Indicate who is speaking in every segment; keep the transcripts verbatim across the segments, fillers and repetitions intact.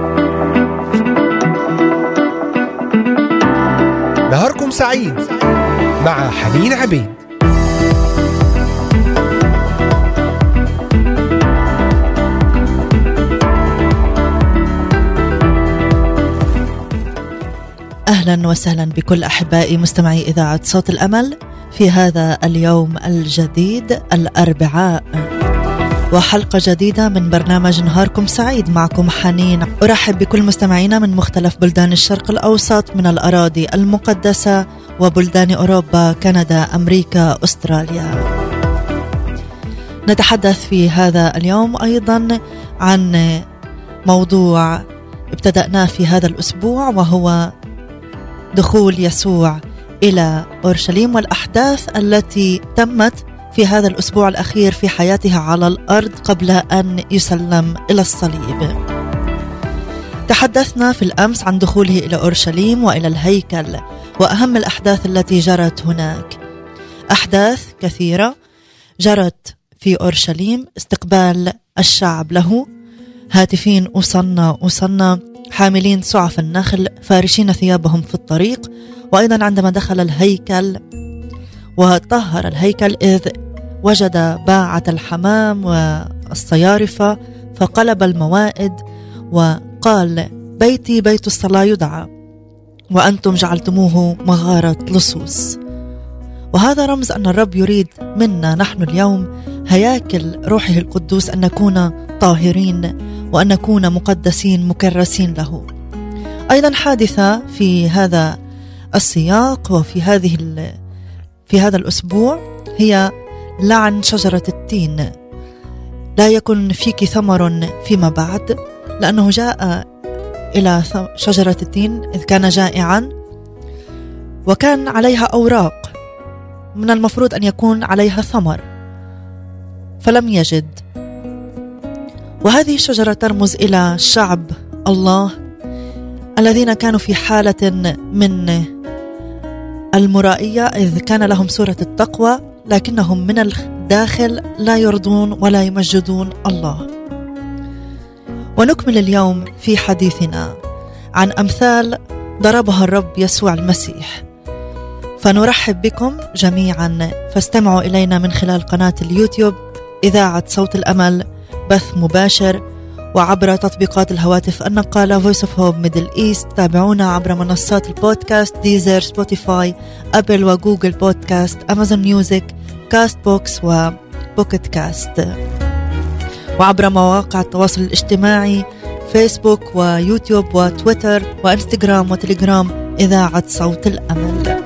Speaker 1: نهاركم سعيد مع حنين عبيد.
Speaker 2: أهلا وسهلا بكل أحبائي مستمعي إذاعة صوت الأمل في هذا اليوم الجديد الأربعاء، وحلقة جديدة من برنامج نهاركم سعيد. معكم حنين. أرحب بكل مستمعينا من مختلف بلدان الشرق الأوسط، من الأراضي المقدسة وبلدان أوروبا، كندا، أمريكا، أستراليا. نتحدث في هذا اليوم أيضا عن موضوع ابتدأناه في هذا الأسبوع، وهو دخول يسوع إلى أورشليم والأحداث التي تمت في هذا الأسبوع الأخير في حياته على الأرض قبل أن يسلم إلى الصليب. تحدثنا في الأمس عن دخوله إلى أورشليم وإلى الهيكل وأهم الأحداث التي جرت هناك. أحداث كثيرة جرت في أورشليم، استقبال الشعب له، هاتفين أوصلنا أوصلنا، حاملين سعف النخل، فارشين ثيابهم في الطريق. وأيضا عندما دخل الهيكل وطهر الهيكل، إذ وجد باعة الحمام والصيارفة، فقلب الموائد وقال: بيتي بيت الصلاة يدعى، وأنتم جعلتموه مغارة لصوص. وهذا رمز أن الرب يريد منا نحن اليوم هياكل روحه القدوس أن نكون طاهرين وأن نكون مقدسين مكرسين له. أيضا حادثة في هذا السياق وفي هذه في هذا الأسبوع هي لعن شجرة التين. لا يكن فيك ثمر فيما بعد، لأنه جاء إلى شجرة التين إذ كان جائعا، وكان عليها أوراق، من المفروض أن يكون عليها ثمر، فلم يجد. وهذه الشجرة ترمز إلى شعب الله الذين كانوا في حالة من المرائية، إذ كان لهم صورة التقوى، لكنهم من الداخل لا يرضون ولا يمجدون الله. ونكمل اليوم في حديثنا عن أمثال ضربها الرب يسوع المسيح. فنرحب بكم جميعا، فاستمعوا إلينا من خلال قناة اليوتيوب إذاعة صوت الأمل، بث مباشر، وعبر تطبيقات الهواتف النقالة Voice of Hope Middle East. تابعونا عبر منصات البودكاست ديزر، سبوتيفاي، أبل وجوجل بودكاست، أمازون ميوزك، كاست بوكس وبوكيت كاست، وعبر مواقع التواصل الاجتماعي فيسبوك ويوتيوب وتويتر وإنستغرام وتليجرام إذاعة صوت الأمل.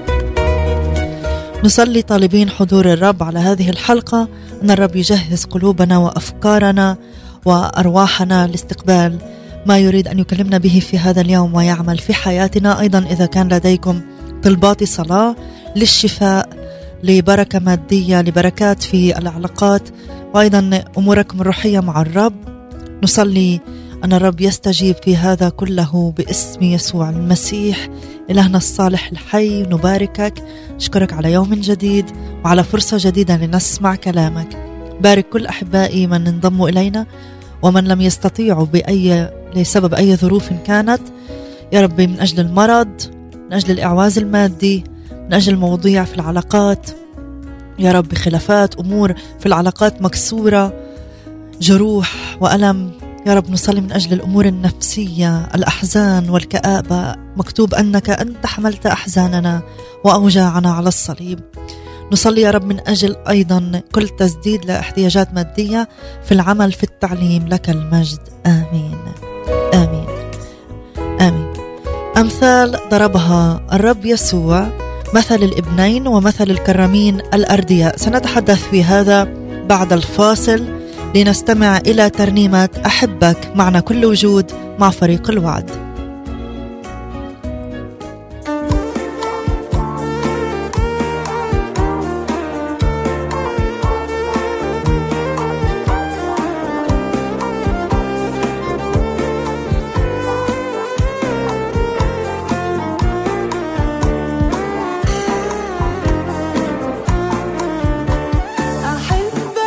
Speaker 2: نصلي طالبين حضور الرب على هذه الحلقة، أن الرب يجهز قلوبنا وأفكارنا وأرواحنا لاستقبال ما يريد أن يكلمنا به في هذا اليوم ويعمل في حياتنا. أيضا إذا كان لديكم طلبات صلاة للشفاء، لبركة مادية، لبركات في العلاقات، وأيضا أموركم الروحية مع الرب، نصلي أن الرب يستجيب في هذا كله باسم يسوع المسيح. إلهنا الصالح الحي، نباركك، نشكرك على يوم جديد وعلى فرصة جديدة لنسمع كلامك. بارك كل أحبائي من انضموا إلينا ومن لم يستطيعوا بأي لسبب أي ظروف كانت، يا رب، من أجل المرض، من أجل الإعواز المادي، من أجل المواضيع في العلاقات، يا رب، خلافات، أمور في العلاقات مكسورة، جروح وألم، يا رب، نصلي من أجل الأمور النفسية، الأحزان والكآبة. مكتوب أنك أنت حملت أحزاننا وأوجاعنا على الصليب. نصلي يا رب من أجل أيضا كل تسديد لاحتياجات مادية في العمل، في التعليم، لك المجد. آمين آمين آمين. أمثال ضربها الرب يسوع، مثل الابنين ومثل الكرامين الأردياء. سنتحدث في هذا بعد الفاصل، لنستمع إلى ترنيمة أحبك معنا كل وجود مع فريق الوعد.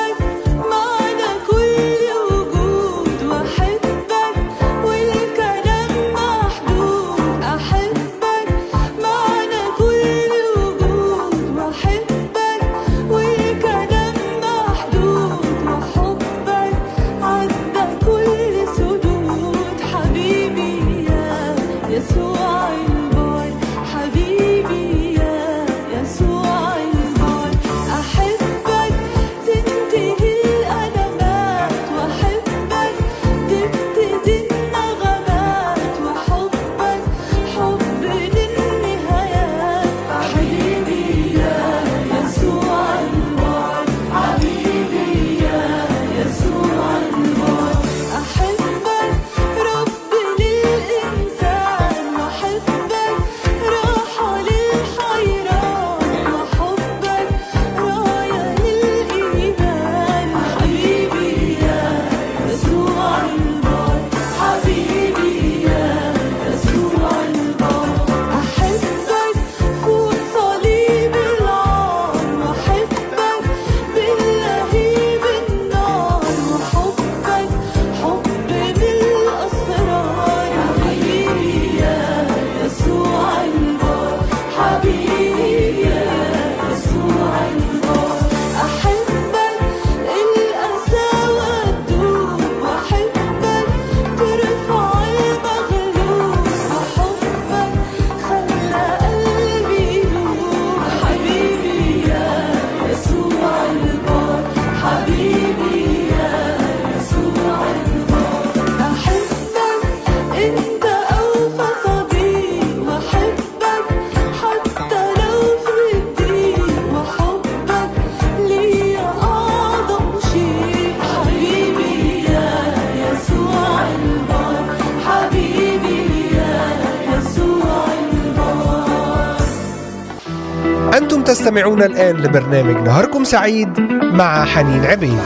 Speaker 3: كل وجود، وأحبك والكلام
Speaker 1: تستمعون الآن لبرنامج نهاركم سعيد مع حنين عبيد.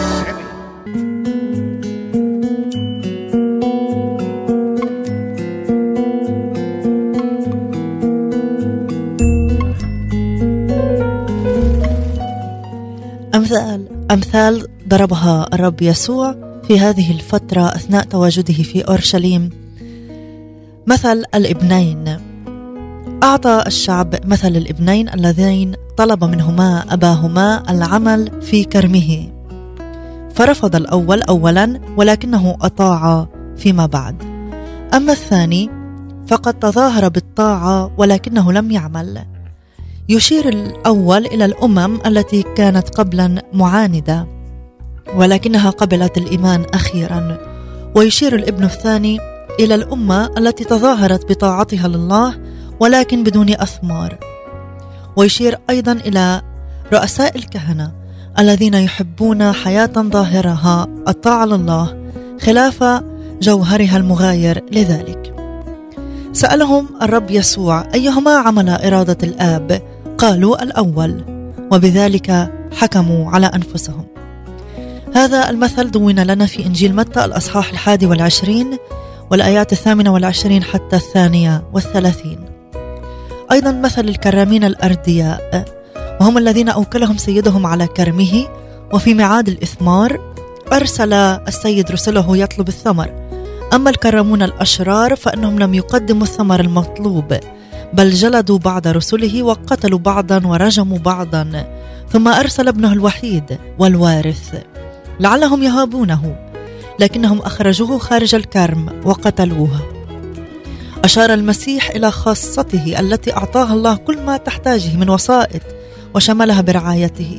Speaker 2: أمثال أمثال ضربها الرب يسوع في هذه الفترة أثناء تواجده في أورشليم. مثل الابنين. أعطى الشعب مثل الابنين اللذين طلب منهما أباهما العمل في كرمه، فرفض الأول أولا ولكنه أطاع فيما بعد، أما الثاني فقد تظاهر بالطاعة ولكنه لم يعمل. يشير الأول إلى الأمم التي كانت قبلا معاندة ولكنها قبلت الإيمان أخيرا، ويشير الابن الثاني إلى الأمة التي تظاهرت بطاعتها لله ولكن بدون أثمار، ويشير أيضا إلى رؤساء الكهنة الذين يحبون حياة ظاهرها الطاعة لله خلاف جوهرها المغاير لذلك. سألهم الرب يسوع أيهما عمل إرادة الآب؟ قالوا الأول، وبذلك حكموا على أنفسهم. هذا المثل دون لنا في إنجيل متى الأصحاح الحادي والعشرين والآيات الثامنة والعشرين حتى الثانية والثلاثين. أيضا مثل الكرامين الأردياء، وهم الذين أوكلهم سيدهم على كرمه، وفي ميعاد الإثمار أرسل السيد رسله يطلب الثمر. أما الكرامون الأشرار فإنهم لم يقدموا الثمر المطلوب، بل جلدوا بعض رسله وقتلوا بعضا ورجموا بعضا، ثم أرسل ابنه الوحيد والوارث لعلهم يهابونه، لكنهم أخرجوه خارج الكرم وقتلوه. أشار المسيح إلى خاصته التي أعطاها الله كل ما تحتاجه من وسائط وشملها برعايته،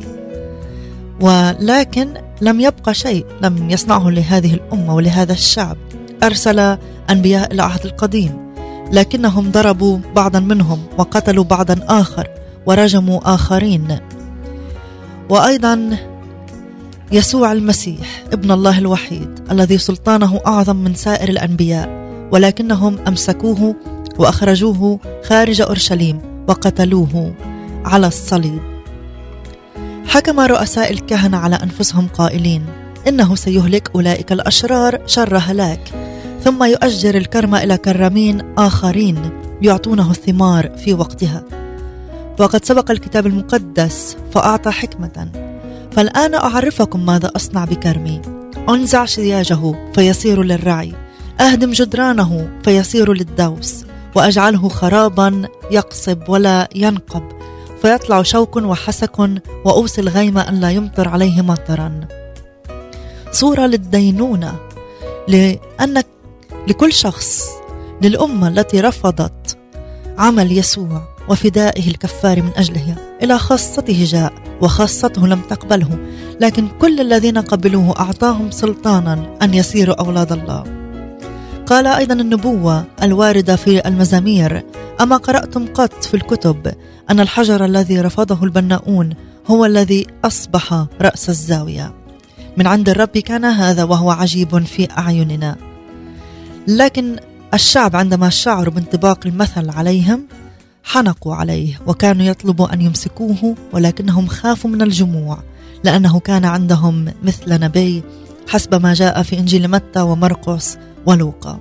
Speaker 2: ولكن لم يبقى شيء لم يصنعه لهذه الأمة ولهذا الشعب. أرسل أنبياء العهد القديم لكنهم ضربوا بعضا منهم وقتلوا بعضا آخر ورجموا آخرين. وأيضا يسوع المسيح ابن الله الوحيد الذي سلطانه أعظم من سائر الأنبياء، ولكنهم أمسكوه وأخرجوه خارج أورشليم وقتلوه على الصليب. حكم رؤساء الكهنة على أنفسهم قائلين إنه سيهلك أولئك الأشرار شر هلاك، ثم يؤجر الكرم إلى كرمين آخرين يعطونه الثمار في وقتها. وقد سبق الكتاب المقدس فأعطى حكمة، فالآن أعرفكم ماذا أصنع بكرمي. أنزع شياجه فيصير للرعي، أهدم جدرانه فيصير للدوس، وأجعله خرابا يقصب ولا ينقب، فيطلع شوك وحسك، وأوصي الغيم أن لا يمطر عليه مطرا. صورة للدينونة، لأن لكل شخص، للأمة التي رفضت عمل يسوع وفدائه الكفار من أجلها، إلى خاصته جاء وخاصته لم تقبله، لكن كل الذين قبلوه أعطاهم سلطانا أن يصيروا أولاد الله. قال أيضا النبوة الواردة في المزامير: أما قرأتم قط في الكتب أن الحجر الذي رفضه البناؤون هو الذي أصبح رأس الزاوية؟ من عند الرب كان هذا وهو عجيب في أعيننا. لكن الشعب عندما شعروا بانطباق المثل عليهم حنقوا عليه، وكانوا يطلبوا أن يمسكوه، ولكنهم خافوا من الجموع لأنه كان عندهم مثل نبي حسب ما جاء في إنجيل متى ومرقس ولوقا.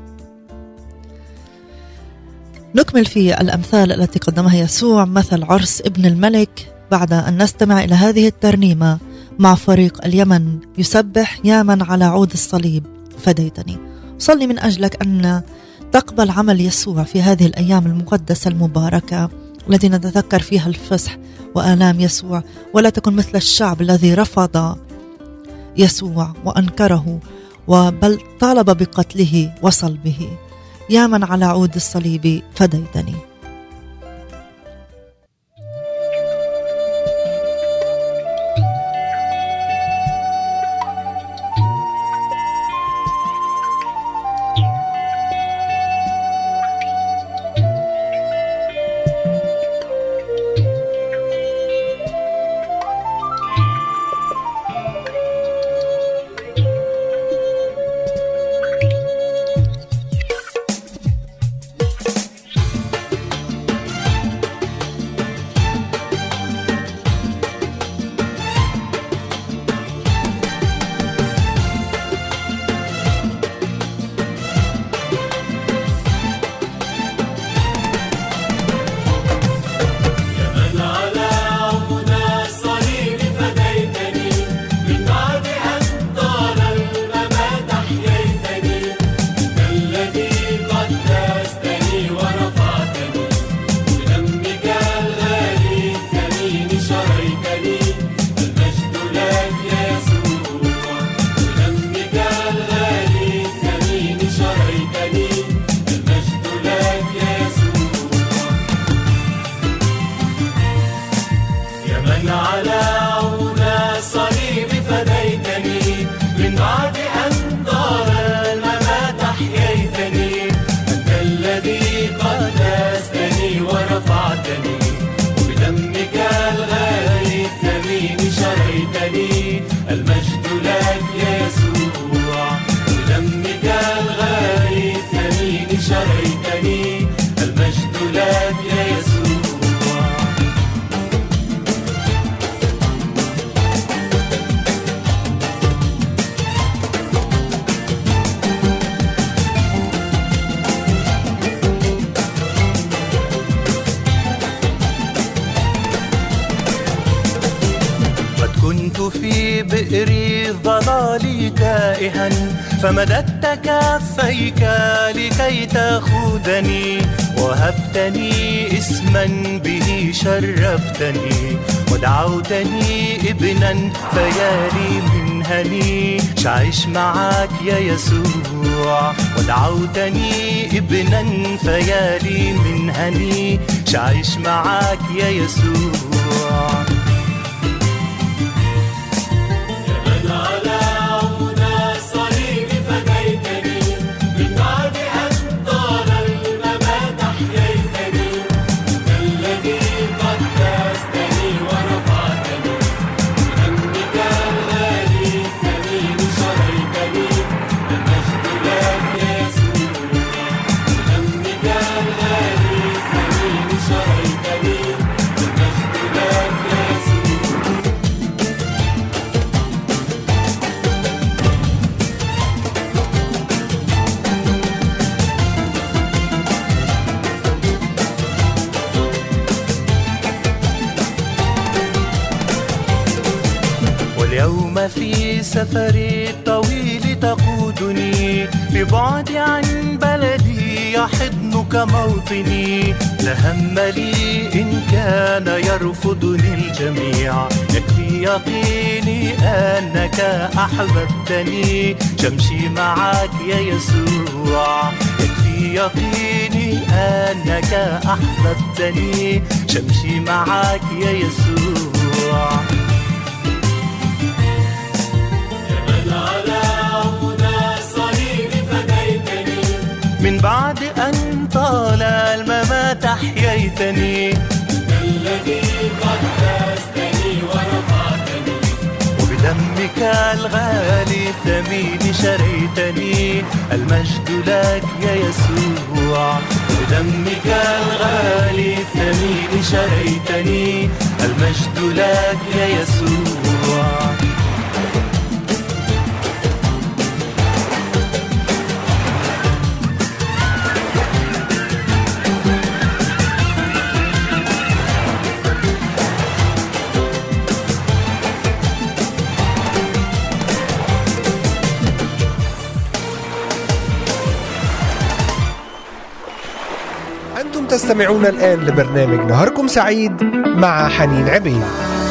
Speaker 2: نكمل في الأمثال التي قدمها يسوع مثل عرس ابن الملك بعد أن نستمع إلى هذه الترنيمة مع فريق اليمن يسبح: يا من على عود الصليب فديتني. صلي من أجلك أن تقبل عمل يسوع في هذه الأيام المقدسة المباركة التي نتذكر فيها الفصح وآلام يسوع، ولا تكن مثل الشعب الذي رفض يسوع وأنكره وبل طالب بقتله وصلبه. يا من على عود الصليب فديتني.
Speaker 3: تائها فمددت كفيك لكي تأخذني، وهبتني اسما به شرفتني، ودعوتني ابنا فيالي من هني. شعيش معك يا يسوع، ودعوتني ابنا فيالي من هني. شعيش معك يا يسوع. اليوم في سفري الطويل تقودني، ببعد عن بلدي يحضنك موطني. لا هم لي إن كان يرفضني الجميع، يكفي يقيني أنك أحببتني. شمشي معك يا يسوع، يكفي يقيني أنك أحببتني. شمشي معك يا يسوع. من بعد أن طال الممات أحييتني، الذي قدستني ورفعتني، وبدمك الغالي الثمين شريتني. المجد لك يا يسوع، بدمك الغالي الثمين شريتني. المجد لك يا يسوع.
Speaker 1: أنتم تستمعون الآن لبرنامج نهاركم سعيد مع حنين عبيد.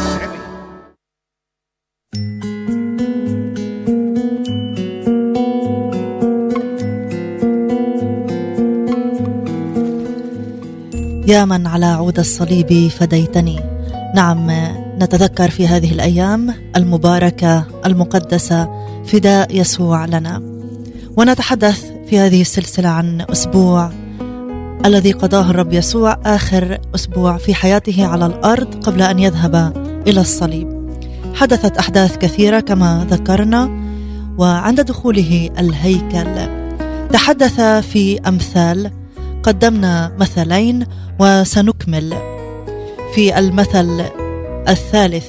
Speaker 2: يا من على عود الصليب فديتني. نعم، نتذكر في هذه الأيام المباركة المقدسة فداء يسوع لنا، ونتحدث في هذه السلسلة عن أسبوع الذي قضاه الرب يسوع آخر أسبوع في حياته على الأرض قبل أن يذهب إلى الصليب. حدثت أحداث كثيرة كما ذكرنا، وعند دخوله الهيكل تحدث في أمثال. قدمنا مثلين وسنكمل في المثل الثالث،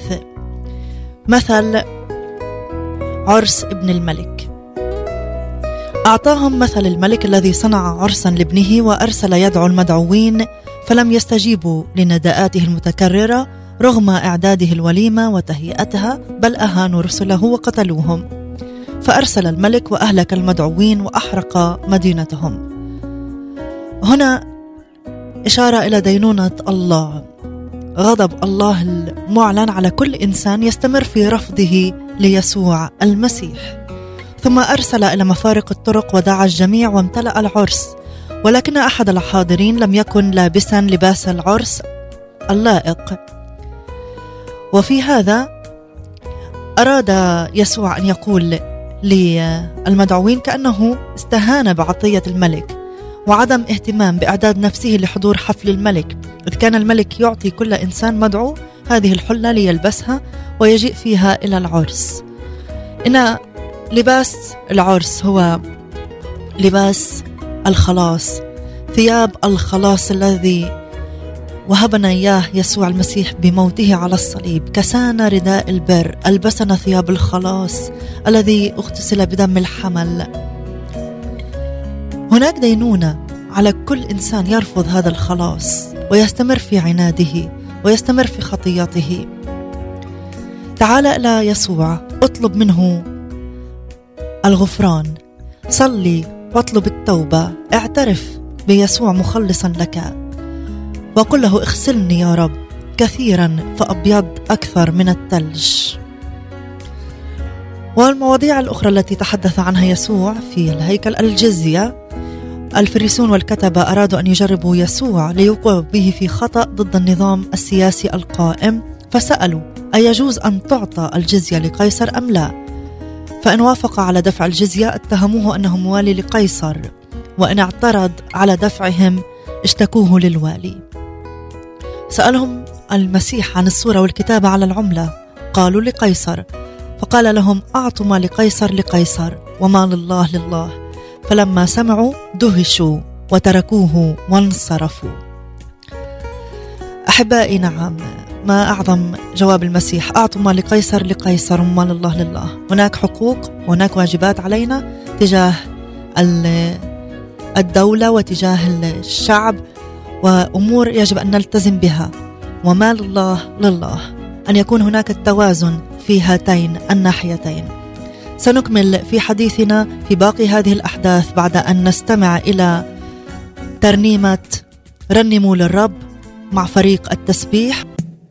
Speaker 2: مثل عرس ابن الملك. أعطاهم مثل الملك الذي صنع عرسا لابنه وأرسل يدعو المدعوين، فلم يستجيبوا لنداءاته المتكررة رغم إعداده الوليمة وتهيئتها، بل أهانوا رسله وقتلوهم. فأرسل الملك وأهلك المدعوين وأحرق مدينتهم. هنا إشارة إلى دينونة الله، غضب الله المعلن على كل إنسان يستمر في رفضه ليسوع المسيح. ثم أرسل إلى مفارق الطرق ودعا الجميع وامتلأ العرس، ولكن أحد الحاضرين لم يكن لابسا لباس العرس اللائق. وفي هذا أراد يسوع أن يقول للمدعوين كأنه استهان بعطية الملك وعدم اهتمام بإعداد نفسه لحضور حفل الملك، إذ كان الملك يعطي كل إنسان مدعو هذه الحلة ليلبسها ويجيء فيها إلى العرس. إن لباس العرس هو لباس الخلاص، ثياب الخلاص الذي وهبنا إياه يسوع المسيح بموته على الصليب. كسانا رداء البر، ألبسنا ثياب الخلاص الذي اغتسل بدم الحمل. هناك دينونة على كل إنسان يرفض هذا الخلاص ويستمر في عناده ويستمر في خطيته. تعال إلى يسوع، اطلب منه الغفران. صلي واطلب التوبة، اعترف بيسوع مخلصا لك وقل له اغسلني يا رب كثيرا فأبيض أكثر من الثلج. والمواضيع الأخرى التي تحدث عنها يسوع في الهيكل: الجزية. الفريسون والكتبة أرادوا أن يجربوا يسوع ليوقعوا به في خطأ ضد النظام السياسي القائم، فسألوا: أيجوز أن تعطى الجزية لقيصر أم لا؟ فإن وافق على دفع الجزية اتهموه أنه موالي لقيصر، وإن اعترض على دفعهم اشتكوه للوالي. سألهم المسيح عن الصورة والكتابة على العملة، قالوا لقيصر، فقال لهم: أعطوا ما لقيصر لقيصر وما لله لله. فلما سمعوا دهشوا وتركوه وانصرفوا. أحبائي، نعم، ما أعظم جواب المسيح: أعطوا ما لقيصر لقيصر وما لله لله. هناك حقوق وهناك واجبات علينا تجاه الدولة وتجاه الشعب، وأمور يجب أن نلتزم بها، وما لله لله. أن يكون هناك التوازن في هاتين الناحيتين. سنكمل في حديثنا في باقي هذه الأحداث بعد أن نستمع إلى ترنيمة رنموا للرب مع فريق التسبيح.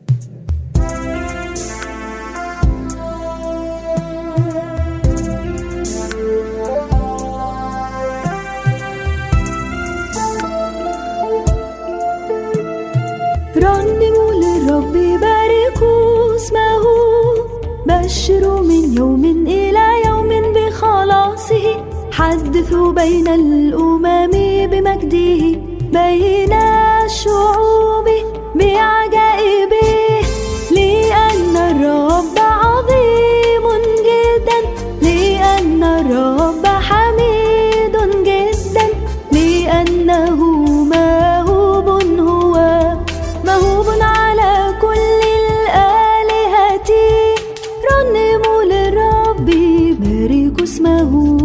Speaker 4: رنموا للرب باركوا اسمه، بشروا من يوم إلى يوم بخلاصه، حدثوا بين الأمم بمجده، بين الشعوب بعجائبه، لأن الرب عظيم جدا، لأن الرب حميد جدا، لأنه موهوب هو، موهوب على كل الآلهة. رنموا للرب باركوا اسمه.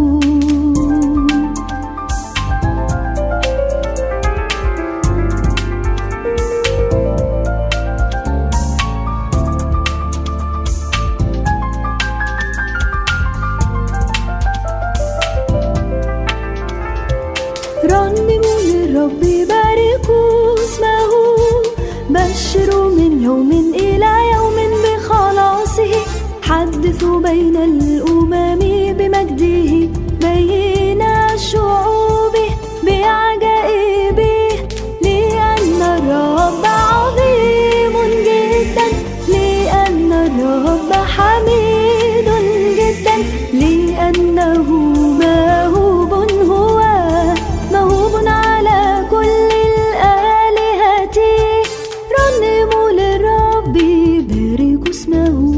Speaker 4: رنموا للرب باركوا اسمه، بشروا من يوم إلى يوم بخلاصه، حدثوا بين الأمم بمجده، بين الشعوب بعجائبه، لأن الرب عظيم جدا، لأن الرب حميد جدا، لأنه موهوب هو، موهوب على كل الآلهة. رنموا للرب باركوا اسمه.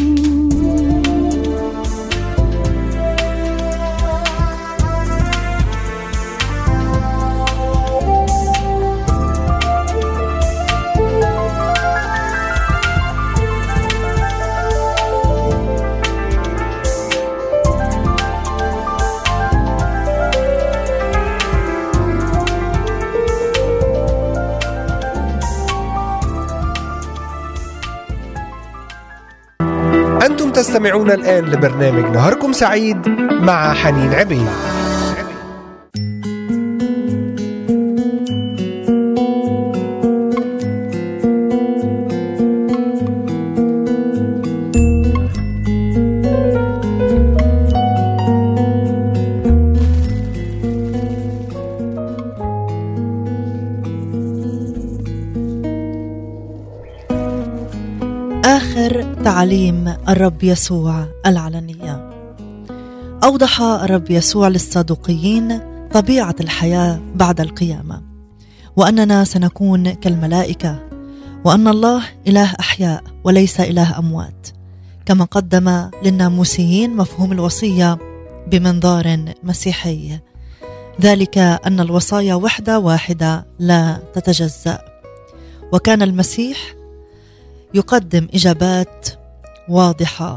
Speaker 1: أنتم تستمعون الآن لبرنامج نهاركم سعيد مع حنين عبيد.
Speaker 2: آخر تعليم الرب يسوع العلنية. أوضح الرب يسوع للصادقيين طبيعة الحياة بعد القيامة، وأننا سنكون كالملائكة، وأن الله إله أحياء وليس إله أموات، كما قدم للناموسيين مفهوم الوصية بمنظار مسيحي، ذلك أن الوصايا وحدة واحدة لا تتجزأ. وكان المسيح يقدم إجابات واضحة،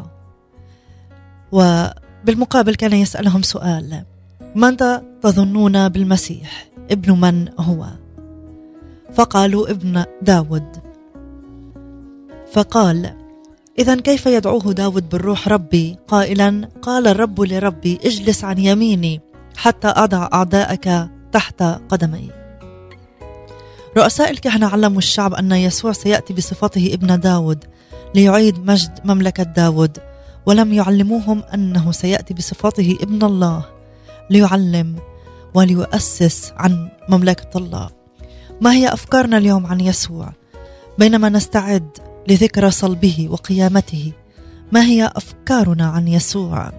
Speaker 2: وبالمقابل كان يسألهم سؤال: ماذا تظنون بالمسيح؟ ابن من هو؟ فقالوا: ابن داود. فقال: إذن كيف يدعوه داود بالروح ربي قائلا قال الرب لربي اجلس عن يميني حتى أضع أعداءك تحت قدمي. رؤساء الكهنة علموا الشعب أن يسوع سيأتي بصفته ابن داود ليعيد مجد مملكة داود، ولم يعلموهم أنه سيأتي بصفته ابن الله ليعلم وليؤسس عن مملكة الله. ما هي أفكارنا اليوم عن يسوع بينما نستعد لذكرى صلبه وقيامته؟ ما هي أفكارنا عن يسوع؟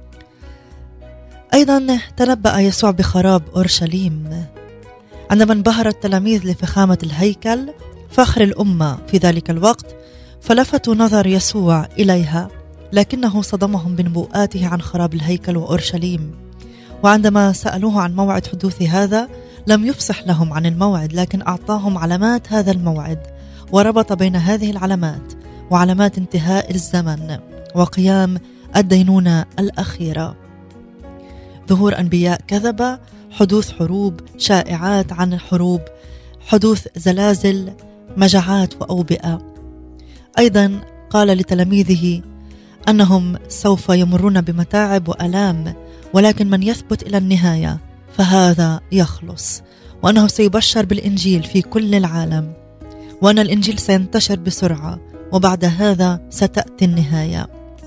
Speaker 2: أيضا تنبأ يسوع بخراب أورشليم عندما انبهر التلاميذ لفخامة الهيكل فخر الأمة في ذلك الوقت، فلفتوا نظر يسوع إليها، لكنه صدمهم بنبوءاته عن خراب الهيكل وأورشليم. وعندما سألوه عن موعد حدوث هذا لم يفصح لهم عن الموعد، لكن أعطاهم علامات هذا الموعد، وربط بين هذه العلامات وعلامات انتهاء الزمن وقيام الدينونة الأخيرة: ظهور أنبياء كذبة، حدوث حروب، شائعات عن الحروب، حدوث زلازل، مجاعات وأوبئة. أيضا قال لتلاميذه أنهم سوف يمرون بمتاعب وألام، ولكن من يثبت إلى النهاية فهذا يخلص، وأنه سيبشر بالإنجيل في كل العالم، وأن الإنجيل سينتشر بسرعة، وبعد هذا ستأتي النهاية.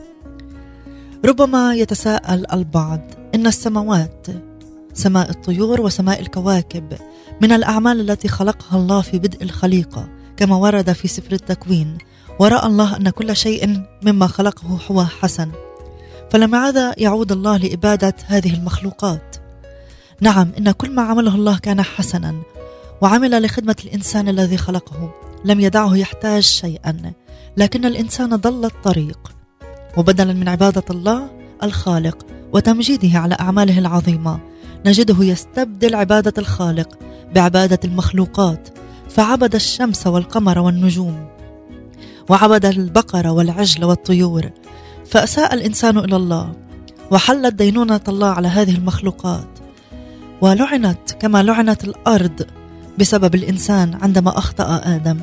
Speaker 2: ربما يتساءل البعض: إن السماوات، سماء الطيور وسماء الكواكب، من الأعمال التي خلقها الله في بدء الخليقة كما ورد في سفر التكوين، ورأى الله أن كل شيء مما خلقه هو حسن، فلماذا يعود الله لإبادة هذه المخلوقات؟ نعم، إن كل ما عمله الله كان حسنا، وعمل لخدمة الإنسان الذي خلقه، لم يدعه يحتاج شيئا، لكن الإنسان ضل الطريق، وبدلا من عبادة الله الخالق وتمجيده على أعماله العظيمة نجده يستبدل عبادة الخالق بعبادة المخلوقات، فعبد الشمس والقمر والنجوم، وعبد البقرة والعجل والطيور، فأساء الإنسان إلى الله، وحلت دينونة الله على هذه المخلوقات، ولعنت كما لعنت الأرض بسبب الإنسان عندما أخطأ آدم.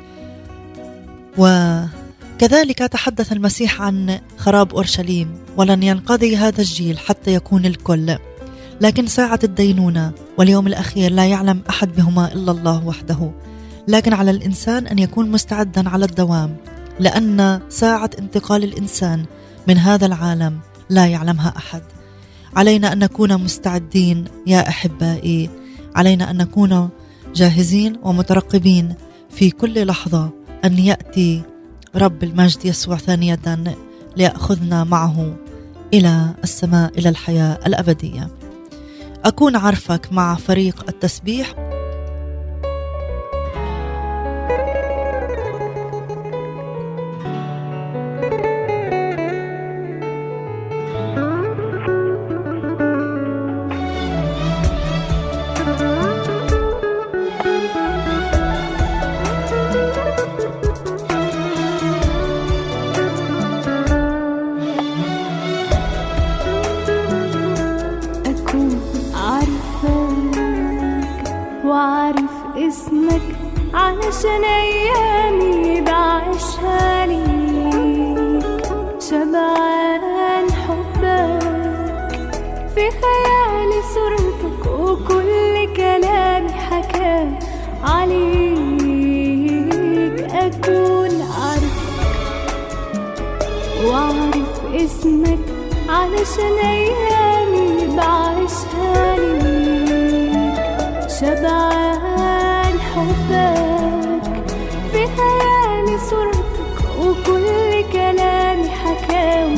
Speaker 2: وكذلك تحدث المسيح عن خراب أورشليم: ولن ينقضي هذا الجيل حتى يكون الكل، لكن ساعة الدينونة واليوم الأخير لا يعلم أحد بهما إلا الله وحده، لكن على الإنسان أن يكون مستعدا على الدوام، لأن ساعة انتقال الإنسان من هذا العالم لا يعلمها أحد. علينا أن نكون مستعدين يا أحبائي، علينا أن نكون جاهزين ومترقبين في كل لحظة أن يأتي رب المجد يسوع ثانية ليأخذنا معه إلى السماء، إلى الحياة الأبدية. أكون عارفك مع فريق التسبيح.
Speaker 4: علشان أيامي بعيشها ليك، شبعان حبك في خيالي صورتك، وكل كلامي حكى عليك. أكون عارفك وأعرف اسمك علشان أيامي بعيشها ليك، شبعان حبك في خيالي صورتك، وكل كلامي حكاوي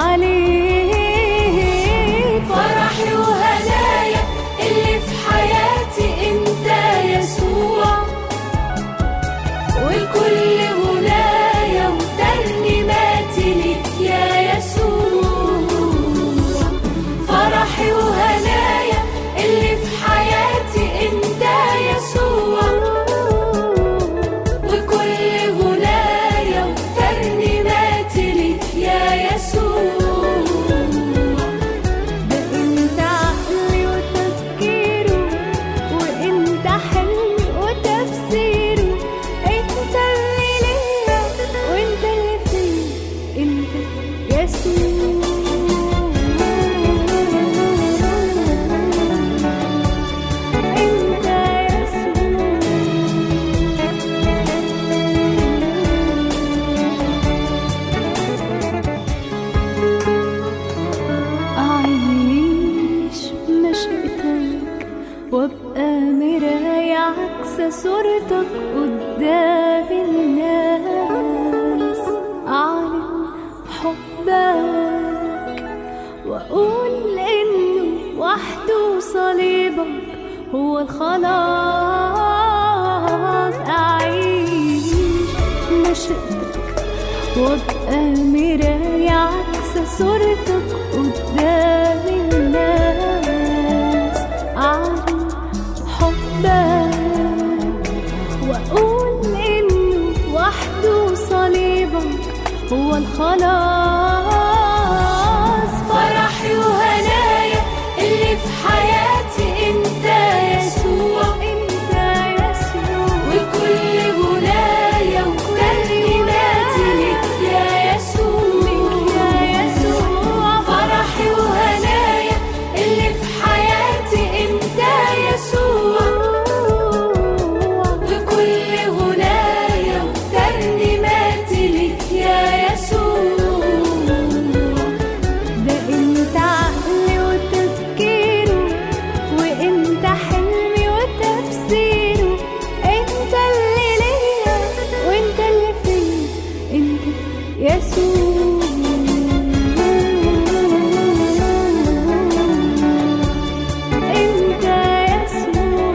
Speaker 4: عليك. فرحي وهدايا اللي في حياتي انت يسوع، والكل هدايا وترنيماتي ليك يا يسوع. فرحي وهدايا اللي في حياتي انت يسوع، مراية عكس صورتك قدام الناس، أعلن حبك وأقول إنه وحده صليبك هو الخلاص. أعيش مشيئتك وأبقى مراية عكس صورتك قدام الناس، أعلن حبك وأقول إنه وحده صليبك هو الخلاص. فرحي وهنايا اللي في حياتي انت يسوع، انت يسوع، وكل غنايا وترنيماتي لك يا يسوع، يا يسوع. فرحي وهنايا اللي في حياتي انت يسوع، وكل غنايا وترنيماتي لك يا يسوع. ده انت عقلي وتفكيره، وانت حلمي وتفسيره، انت اللي ليا وانت اللي فيا، انت يسوع، انت يسوع.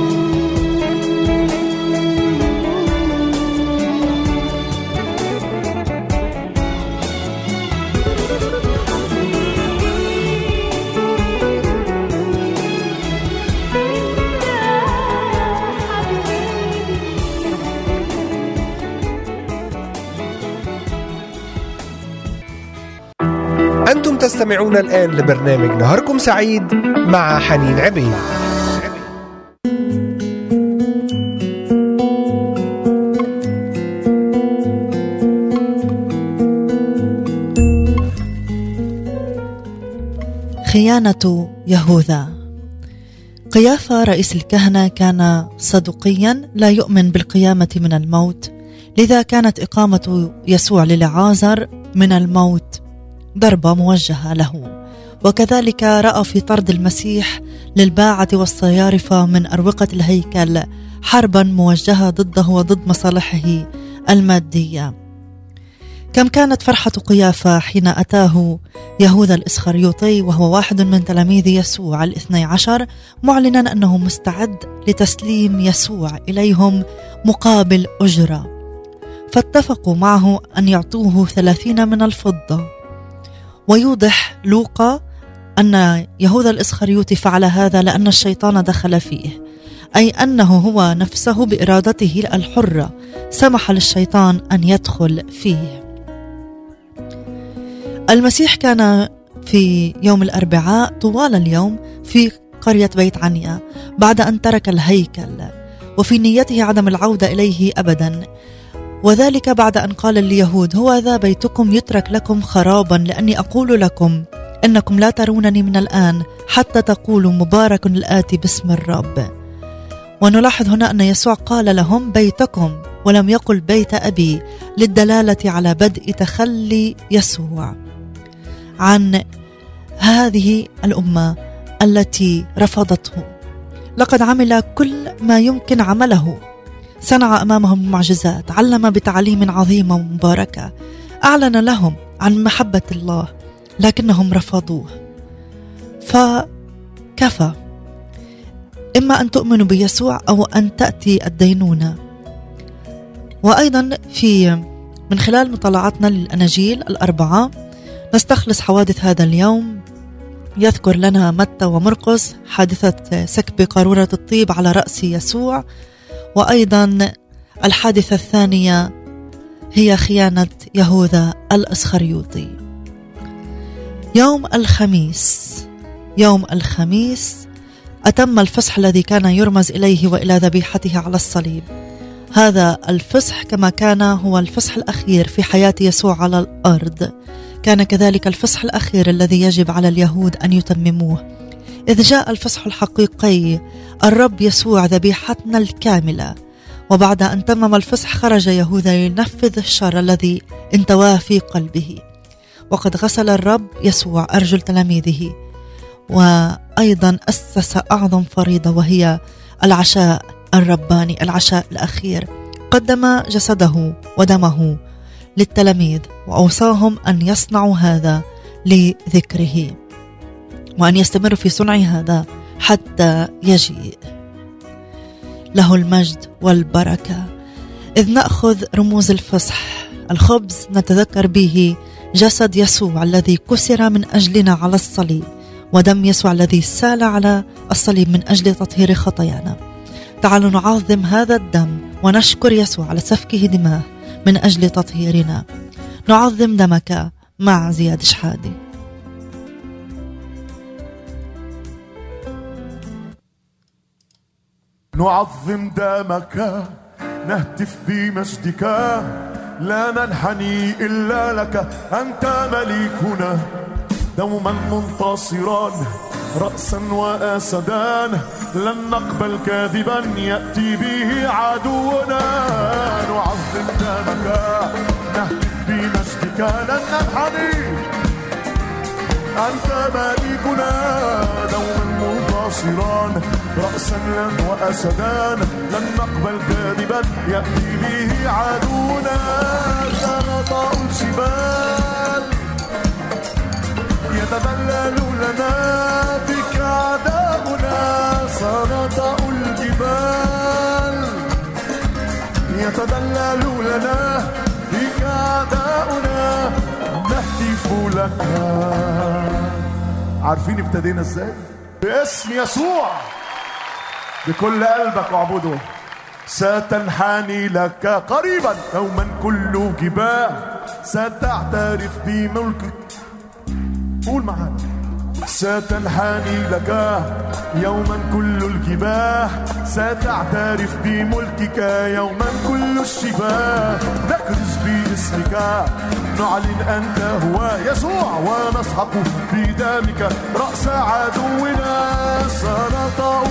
Speaker 1: أنتم تستمعون الآن لبرنامج نهاركم سعيد مع حنين عبيد.
Speaker 2: خيانة يهوذا. قيافة رئيس الكهنة كان صدوقيا لا يؤمن بالقيامة من الموت، لذا كانت إقامة يسوع للعازر من الموت ضربة موجهة له، وكذلك رأى في طرد المسيح للباعة والصيارفة من أروقة الهيكل حربا موجهة ضده وضد مصالحه المادية. كم كانت فرحة قيافة حين أتاه يهوذا الإسخريوطي وهو واحد من تلاميذ يسوع الاثني عشر، معلنا أنه مستعد لتسليم يسوع إليهم مقابل أجرة، فاتفقوا معه أن يعطوه ثلاثين من الفضة. ويوضح لوقا أن يهوذا الإسخريوطي فعل هذا لأن الشيطان دخل فيه، أي أنه هو نفسه بإرادته الحرة سمح للشيطان أن يدخل فيه. المسيح كان في يوم الأربعاء طوال اليوم في قرية بيت عنيا بعد أن ترك الهيكل، وفي نيته عدم العودة إليه أبدا، وذلك بعد أن قال لليهود: هو ذا بيتكم يترك لكم خرابا، لأني أقول لكم إنكم لا ترونني من الآن حتى تقولوا مبارك الآتي باسم الرب. ونلاحظ هنا أن يسوع قال لهم بيتكم ولم يقل بيت أبي، للدلالة على بدء تخلي يسوع عن هذه الأمة التي رفضته. لقد عمل كل ما يمكن عمله، صنع أمامهم معجزات، علم بتعليم عظيمة ومباركة، أعلن لهم عن محبة الله، لكنهم رفضوه. فكفى، إما أن تؤمنوا بيسوع أو أن تأتي الدينونة. وأيضا في من خلال مطالعتنا للأناجيل الأربعة نستخلص حوادث هذا اليوم. يذكر لنا متى ومرقس حادثة سكب قارورة الطيب على رأس يسوع، وأيضا الحادثة الثانية هي خيانة يهوذا الإسخريوطي. يوم الخميس يوم الخميس أتم الفصح الذي كان يرمز إليه وإلى ذبيحته على الصليب. هذا الفصح كما كان هو الفصح الأخير في حياة يسوع على الأرض، كان كذلك الفصح الأخير الذي يجب على اليهود أن يتمموه. إذ جاء الفصح الحقيقي، الرب يسوع ذبيحتنا الكاملة، وبعد أن تمم الفصح خرج يهوذا ينفذ الشر الذي انتواه في قلبه. وقد غسل الرب يسوع أرجل تلاميذه، وأيضا أسس أعظم فريضة وهي العشاء الرباني، العشاء الأخير. قدم جسده ودمه للتلاميذ وأوصاهم أن يصنعوا هذا لذكره وأن يستمروا في صنع هذا حتى يجيء. له المجد والبركة. إذ نأخذ رموز الفصح، الخبز نتذكر به جسد يسوع الذي كسر من أجلنا على الصليب، ودم يسوع الذي سال على الصليب من أجل تطهير خطايانا. تعالوا نعظم هذا الدم ونشكر يسوع على سفكه دماء من أجل تطهيرنا. نعظم دمك مع زياد شحادي.
Speaker 5: نعظم دمك نهتف بمجدك، لا ننحني إلا لك، أنت مليكنا دوما منتصرا رأسا وأسدا، لن نقبل كاذبا يأتي به عدونا. نعظم دمك نهتف بمجدك، لن ننحني، أنت مليكنا دوما منتصرا رأسا وأسدا، لن نقبل كاذبا يأتي به عدونا. سنطأ الجبال يتذلل لنا بك أعداؤنا، سنطأ الجبال يتذلل لنا بك أعداؤنا، نهتف لك. عارفين ابتدينا ازاي؟ باسم يسوع، بكل قلبك واعبده. ستنحني لك قريبا يوما كل جباه، ستعترف بملكك. قول معانا. ستنحني لك يوما كل الجباه، ستعترف بملكك يوما كل الشفاه. نكرز باسمك نعلن أنت هو يسوع، ونسحق بدمك رأس عدونا. سنطأ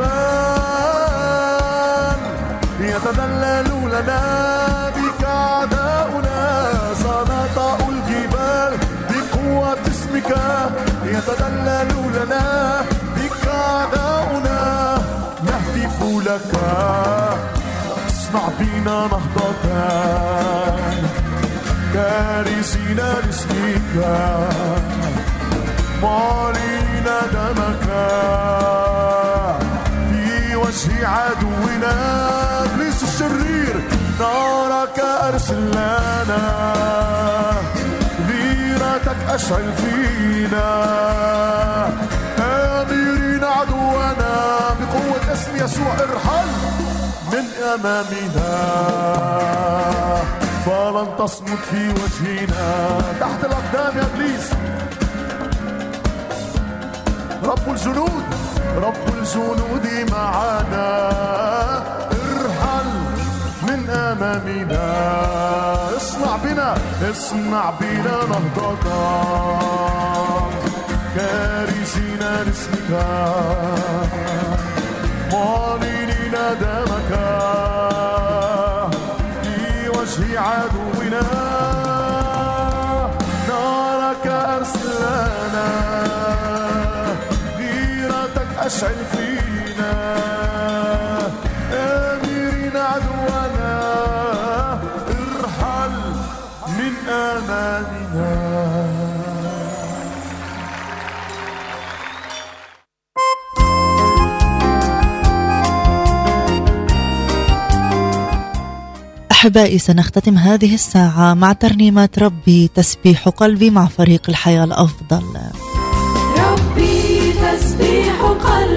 Speaker 5: الجبال يتذلل لنا بك أعداؤنا، سنطأ الجبال بقوة اسمك يتذلل لنا بك أعداؤنا. نهتف لك، اصنع بنا نهضة كارثين لاسمك، معلنين دمك في وجه عدونا. إبليس الشرير نارك أرسل لنا، غيرتك أشعل فينا، آمرين عدونا بقوة اسم يسوع. ارحل من أمامنا فلن تصمت في وجهنا. تحت الأقدام يا إبليس. رب الجنود رب الجنود معنا، ارحل من أمامنا. اصنع بنا اصنع بنا نهضة كارثين لاسمك، معلنين دمك في وجه عدونا. نارك أرسلنا، غيرتك أشعل فينا، آمرين عدونا. ارحل من أمامنا.
Speaker 2: أحبائي، سنختتم هذه الساعة مع ترنيمة ربي تسبيح قلبي مع فريق الحياة الأفضل.
Speaker 4: ربي تسبيح قلبي